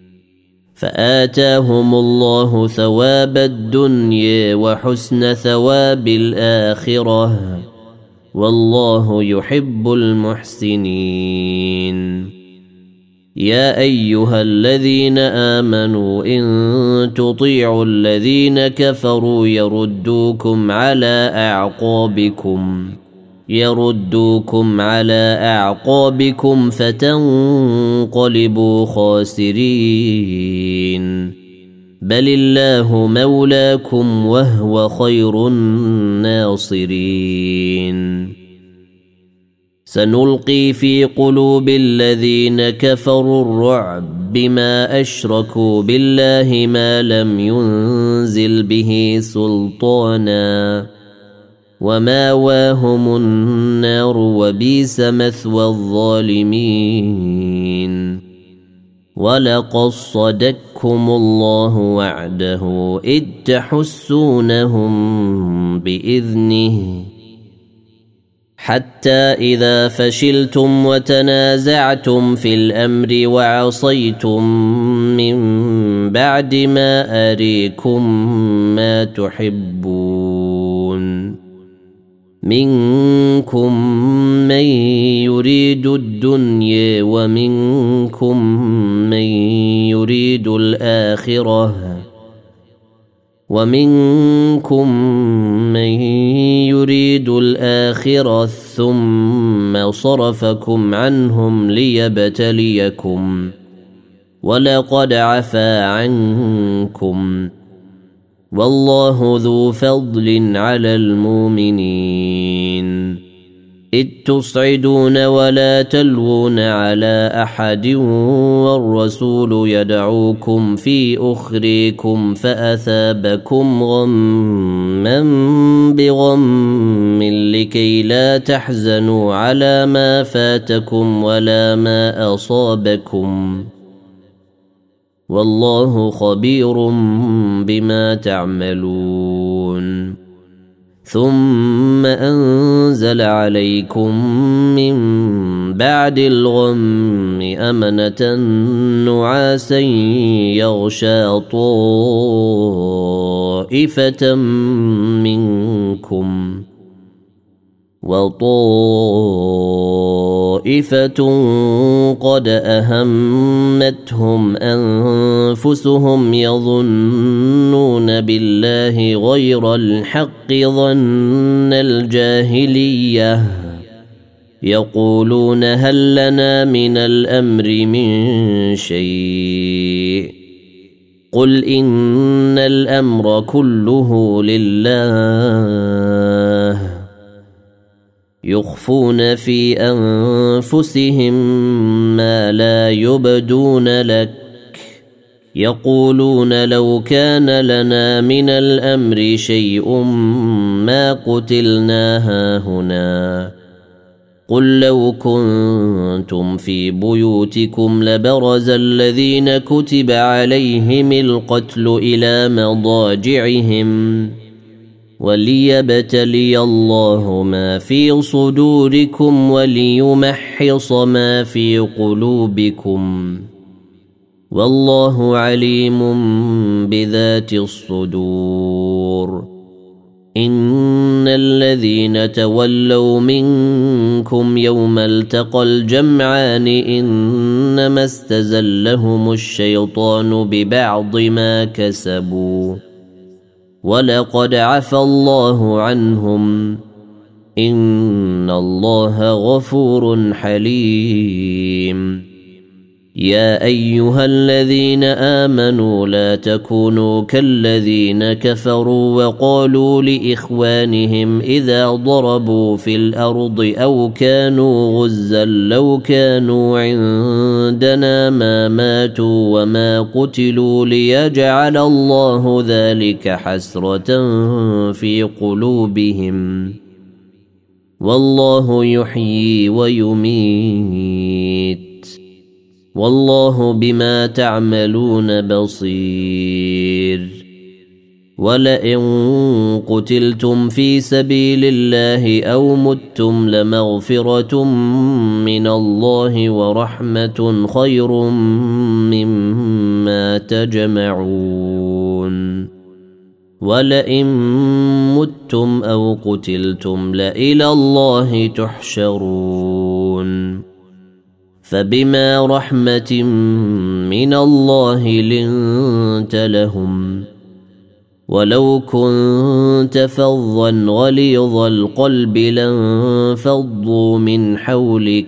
فآتاهم الله ثواب الدنيا وحسن ثواب الآخرة والله يحب المحسنين يا أيها الذين آمنوا إن تطيعوا الذين كفروا يردوكم على أعقابكم فتنقلبوا خاسرين بل الله مولاكم وهو خير الناصرين سنلقي في قلوب الذين كفروا الرعب بما أشركوا بالله ما لم ينزل به سلطانا وماواهم النار وبئس مثوى الظالمين ولقد صدقكم الله وعده إذ تحسونهم بإذنه حتى إذا فشلتم وتنازعتم في الأمر وعصيتم من بعد ما أريكم ما تحبون منكم من يريد الدنيا ومنكم من يريد الآخرة ثم صرفكم عنهم ليبتليكم ولقد عفا عنكم والله ذو فضل على المؤمنين إذ تصعدون ولا تلوون على أحد والرسول يدعوكم في أخريكم فأثابكم غما بغم لكي لا تحزنوا على ما فاتكم ولا ما أصابكم والله خبير بما تعملون ثم أنزل عليكم من بعد الغم أمنة نعاسا يغشى طائفة منكم وطائفة قد أهمتهم أنفسهم يظنون بالله غير الحق ظن الجاهلية يقولون هل لنا من الأمر من شيء قل إن الأمر كله لله يخفون في أنفسهم ما لا يبدون لك يقولون لو كان لنا من الأمر شيء ما قتلنا هاهنا قل لو كنتم في بيوتكم لبرز الذين كتب عليهم القتل إلى مضاجعهم وليبتلي الله ما في صدوركم وليمحص ما في قلوبكم والله عليم بذات الصدور إن الذين تولوا منكم يوم التقى الجمعان إنما استزلهم الشيطان ببعض ما كسبوا ولقد عفى الله عنهم إن الله غفور حليم يا أيها الذين آمنوا لا تكونوا كالذين كفروا وقالوا لإخوانهم إذا ضربوا في الأرض أو كانوا غزا لو كانوا عندنا ما ماتوا وما قتلوا ليجعل الله ذلك حسرة في قلوبهم والله يحيي ويميت والله بما تعملون بصير ولئن قتلتم في سبيل الله أو متم لمغفرة من الله ورحمة خير مما تجمعون ولئن متم أو قتلتم لإلى الله تحشرون فبما رحمة من الله لنت لهم ولو كنت فظا غليظ القلب لانفضوا من حولك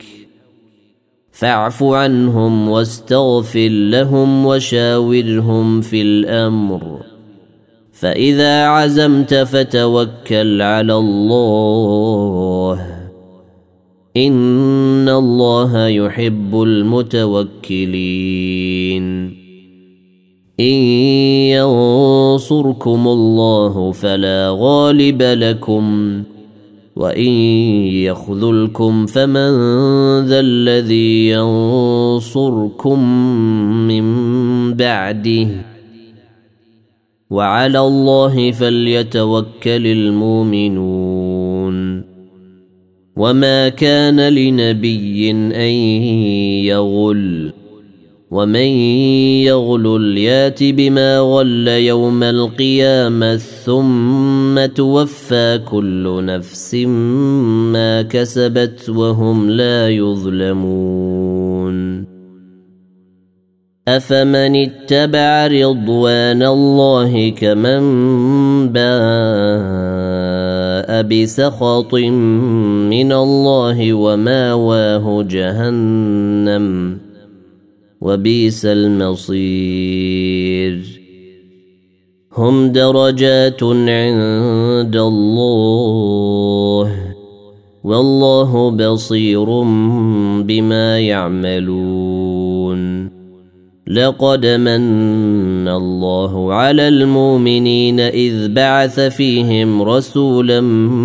فاعف عنهم واستغفر لهم وشاورهم في الأمر فإذا عزمت فتوكل على الله إن الله يحب المتوكلين إن ينصركم الله فلا غالب لكم وإن يخذلكم فمن ذا الذي ينصركم من بعده وعلى الله فليتوكل المؤمنون وما كان لنبي أن يغل ومن يغل يات بما غل يوم القيامة ثم توفى كل نفس ما كسبت وهم لا يظلمون أفمن اتبع رضوان الله كمن باء بسخط من الله وماواه جهنم وبئس المصير هم درجات عند الله والله بصير بما يعملون لقد من الله على المؤمنين إذ بعث فيهم رسولا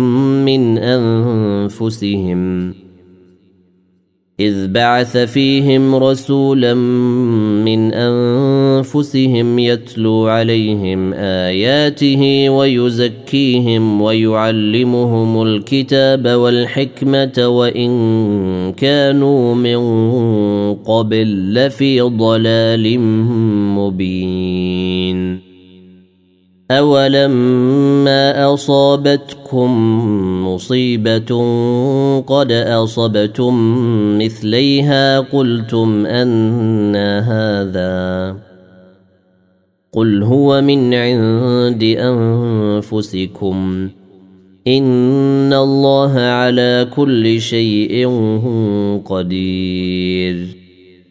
من أنفسهم يتلو عليهم آياته ويزكيهم ويعلمهم الكتاب والحكمة وإن كانوا من قبل لفي ضلال مبين أولما أصابتكم مصيبة قد أصبتم مثليها قلتم أنى هذا قل هو من عند أنفسكم إن الله على كل شيء قدير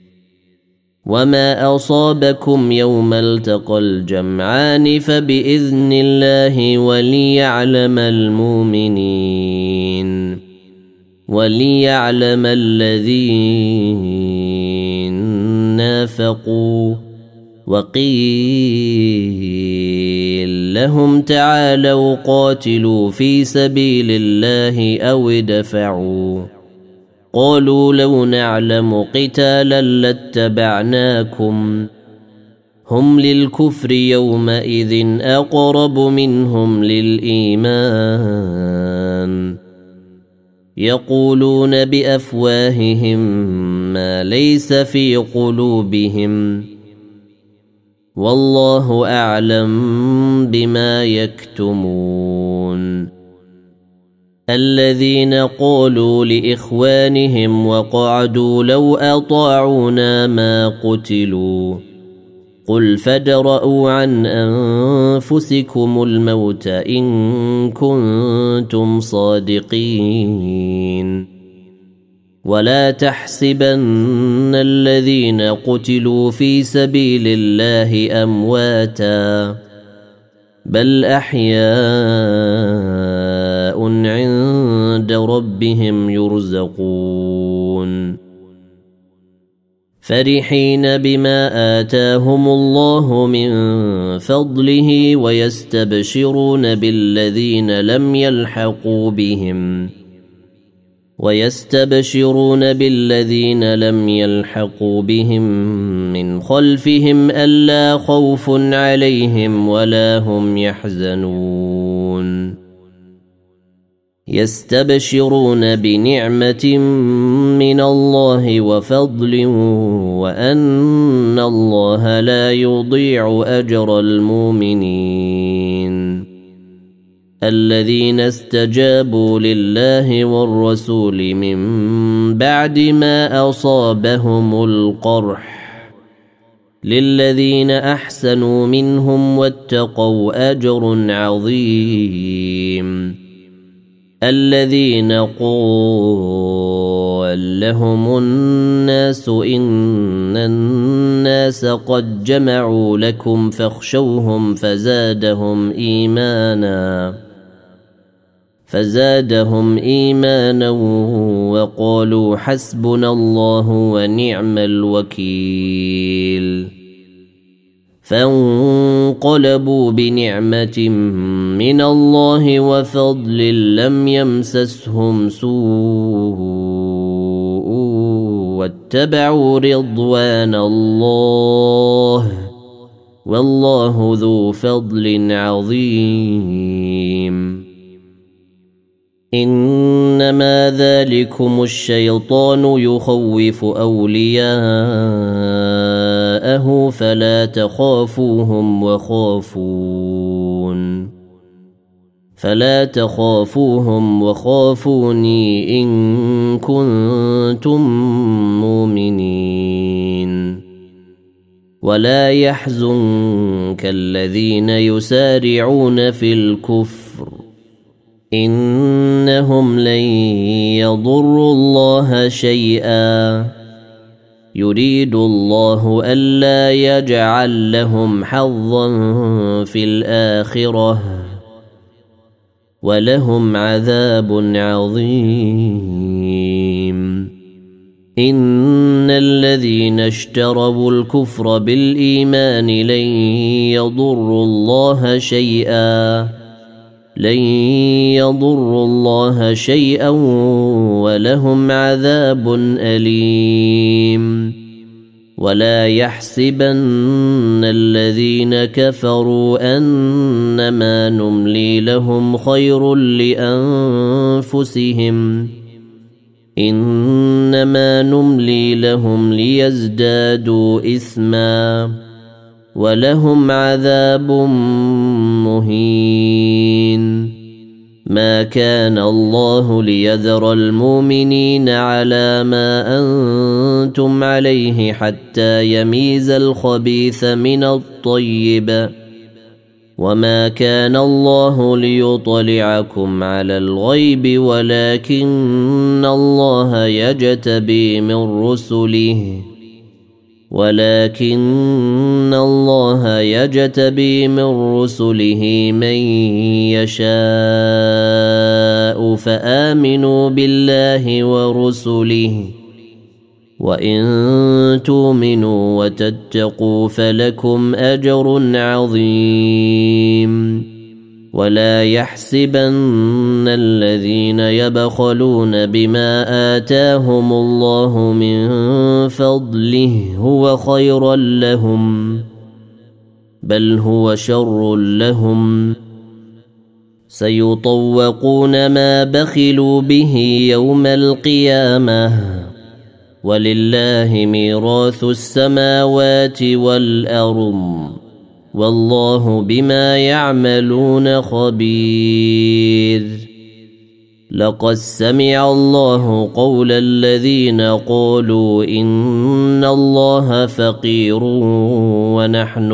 وما أصابكم يوم التقى الجمعان فبإذن الله وليعلم الذين نافقوا وقيل لهم تعالوا قاتلوا في سبيل الله أو ادفعوا قالوا لو نعلم قتالا لاتبعناكم هم للكفر يومئذ أقرب منهم للإيمان يقولون بأفواههم ما ليس في قلوبهم والله أعلم بما يكتمون الذين قالوا لإخوانهم وقعدوا لو أطاعونا ما قتلوا قل فادرءوا عن أنفسكم الموت إن كنتم صادقين ولا تحسبن الذين قتلوا في سبيل الله أمواتا بل أحياء عند ربهم يرزقون فرحين بما آتاهم الله من فضله ويستبشرون بالذين لم يلحقوا بهم من خلفهم ألا خوف عليهم ولا هم يحزنون يستبشرون بنعمة من الله وفضل وأن الله لا يضيع أجر المؤمنين الذين استجابوا لله والرسول من بعد ما أصابهم القرح للذين أحسنوا منهم واتقوا أجر عظيم الذين قال لهم الناس إن الناس قد جمعوا لكم فزادهم إيمانا وقالوا حسبنا الله ونعم الوكيل فانقلبوا بنعمة من الله وفضل لم يمسسهم سوء واتبعوا رضوان الله والله ذو فضل عظيم إنما ذلكم الشيطان يخوف أولياءه فلا تخافوهم وخافوني إن كنتم مؤمنين ولا يحزنك الذين يسارعون في الكفر إنهم لن يضروا الله شيئا يريد الله ألا يجعل لهم حظا في الآخرة ولهم عذاب عظيم إن الذين اشتروا الكفر بالإيمان لن يضروا الله شيئا ولهم عذاب أليم ولا يحسبن الذين كفروا أنما نملي لهم خير لأنفسهم إنما نملي لهم ليزدادوا إثما ولهم عذاب مهين ما كان الله ليذر المؤمنين على ما أنتم عليه حتى يميز الخبيث من الطيب وما كان الله ليطلعكم على الغيب ولكن الله يجتبي من رسله من يشاء فآمنوا بالله ورسله وإن تؤمنوا وتتقوا فلكم أجر عظيم ولا يحسبن الذين يبخلون بما آتاهم الله من فضله هو خيرا لهم بل هو شر لهم سيطوقون ما بخلوا به يوم القيامة ولله ميراث السماوات والأرض والله بما يعملون خبير لقد سمع الله قول الذين قالوا إن الله فقير ونحن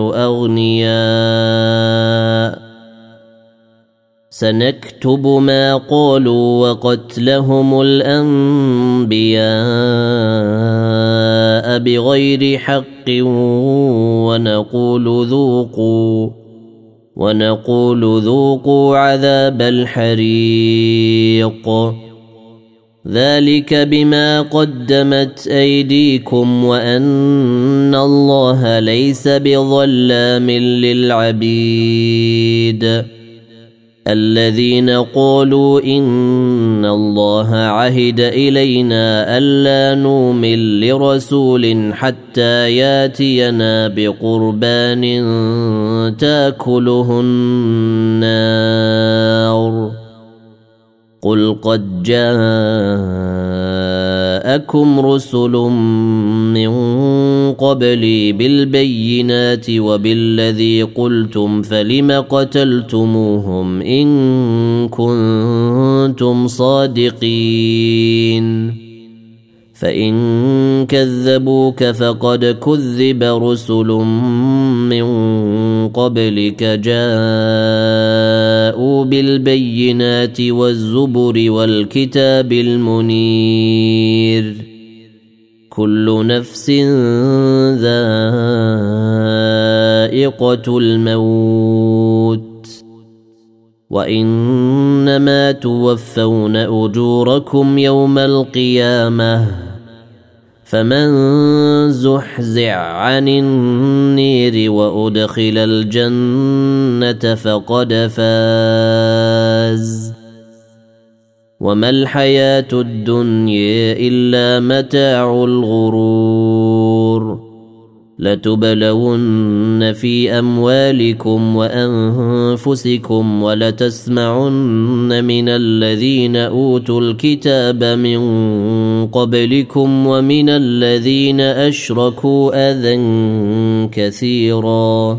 أغنياء سنكتب ما قالوا وقتلهم الأنبياء بغير حق ونقول ذوقوا عذاب الحريق ذلك بما قدمت أيديكم وأن الله ليس بظلام للعبيد الذين قالوا إن الله عهد إلينا ألا نؤمن لرسول حتى ياتينا بقربان تاكله النار قل قد جاءكم رسل من قبلي بالبينات وبالذي قلتم فلم قتلتموهم إن كنتم صادقين فإن كذبوك فقد كذب رسل من قبلك جاءوا بالبينات والزبر والكتاب المنير كل نفس ذائقة الموت وإنما توفون أجوركم يوم القيامة فمن زحزح عن النير وأدخل الجنة فقد فاز وما الحياة الدنيا إلا متاع الغرور لتبلون في أموالكم وأنفسكم ولتسمعن من الذين أوتوا الكتاب من قبلكم ومن الذين أشركوا أذى كثيرا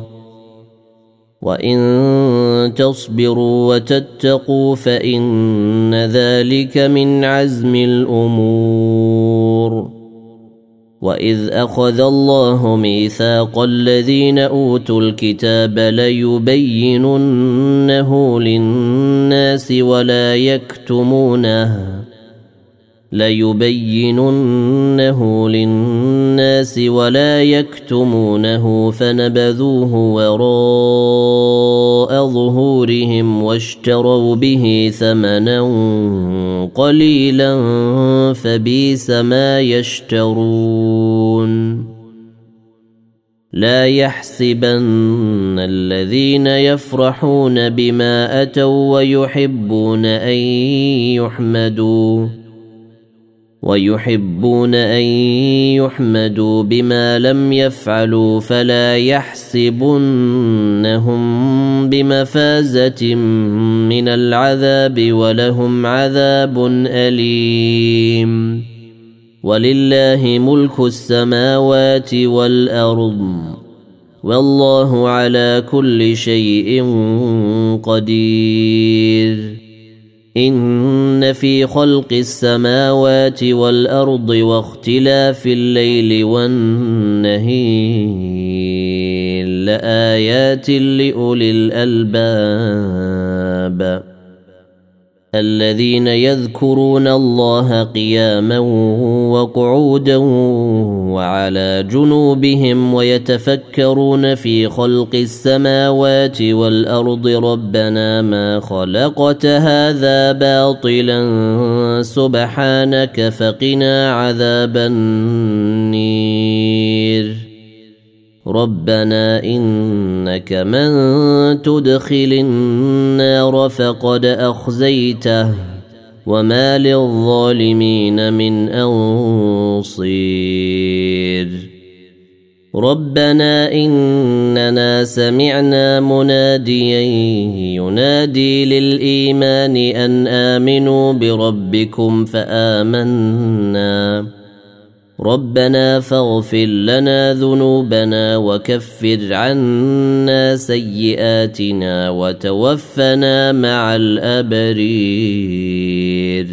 وإن تصبروا وتتقوا فإن ذلك من عزم الأمور وإذ أخذ الله ميثاق الذين أوتوا الكتاب ليبيننه للناس ولا يكتمونه فنبذوه وراء ظهورهم واشتروا به ثمنا قليلا فبئس ما يشترون لا يحسبن الذين يفرحون بما أتوا ويحبون أن يحمدوا بما لم يفعلوا فلا يحسبنهم بمفازة من العذاب ولهم عذاب أليم ولله ملك السماوات والأرض والله على كل شيء قدير إن في خلق السماوات والأرض واختلاف الليل والنهار لآيات لأولي الألباب الذين يذكرون الله قياما وقعودا وعلى جنوبهم ويتفكرون في خلق السماوات والأرض ربنا ما خلقت هذا باطلا سبحانك فقنا عذاب النير ربنا إنك من تدخل النار فقد أخزيته وما للظالمين من أنصير ربنا إننا سمعنا مناديا ينادي للإيمان أن آمنوا بربكم فآمنا ربنا فاغفر لنا ذنوبنا وكفر عنا سيئاتنا وتوفنا مع الأبرير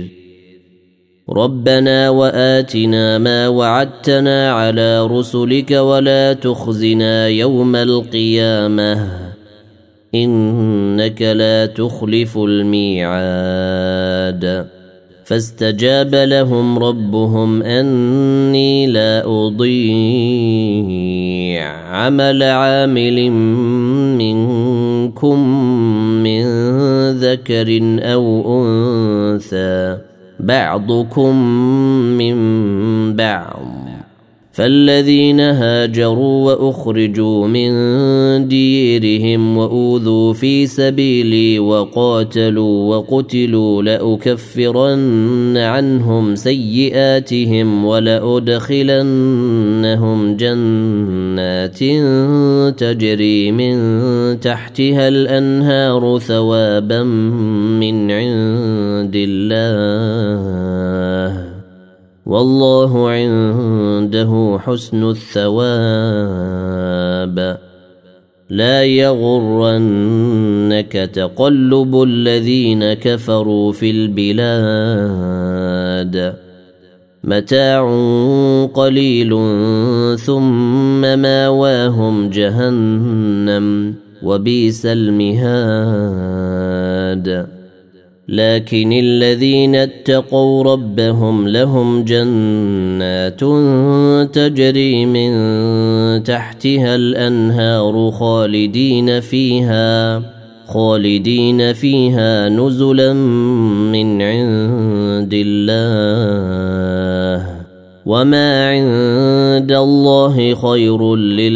ربنا وآتنا ما وعدتنا على رسلك ولا تخزنا يوم القيامة إنك لا تخلف الميعاد فاستجاب لهم ربهم أني لا أضيع عمل عامل منكم من ذكر أو أنثى بعضكم من بعض فالذين هاجروا وأخرجوا من ديرهم وأوذوا في سبيلي وقاتلوا وقتلوا لأكفرن عنهم سيئاتهم ولأدخلنهم جنات تجري من تحتها الأنهار ثوابا من عند الله والله عنده حسن الثواب لا يغرنك تقلب الذين كفروا في البلاد متاع قليل ثم ماواهم جهنم وبئس المهاد لكن الذين اتقوا ربهم لهم جنات تجري خالدين فيها نزلا من عند الله وما عند الله خير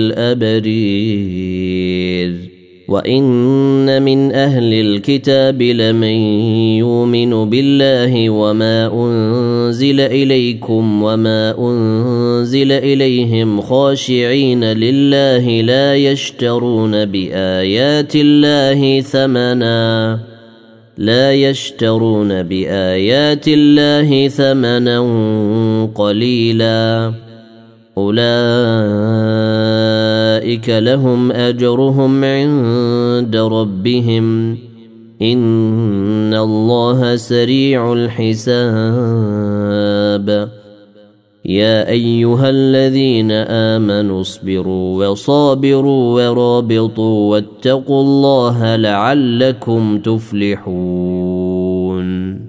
للأبرير وإن من أهل الكتاب لمن يؤمن بالله وما أنزل إليكم وما أنزل إليهم خاشعين لله لا يشترون بآيات الله ثمنا قليلا أولئك لهم أجرهم عند ربهم إن الله سريع الحساب يا أيها الذين آمنوا اصبروا وصابروا ورابطوا واتقوا الله لعلكم تفلحون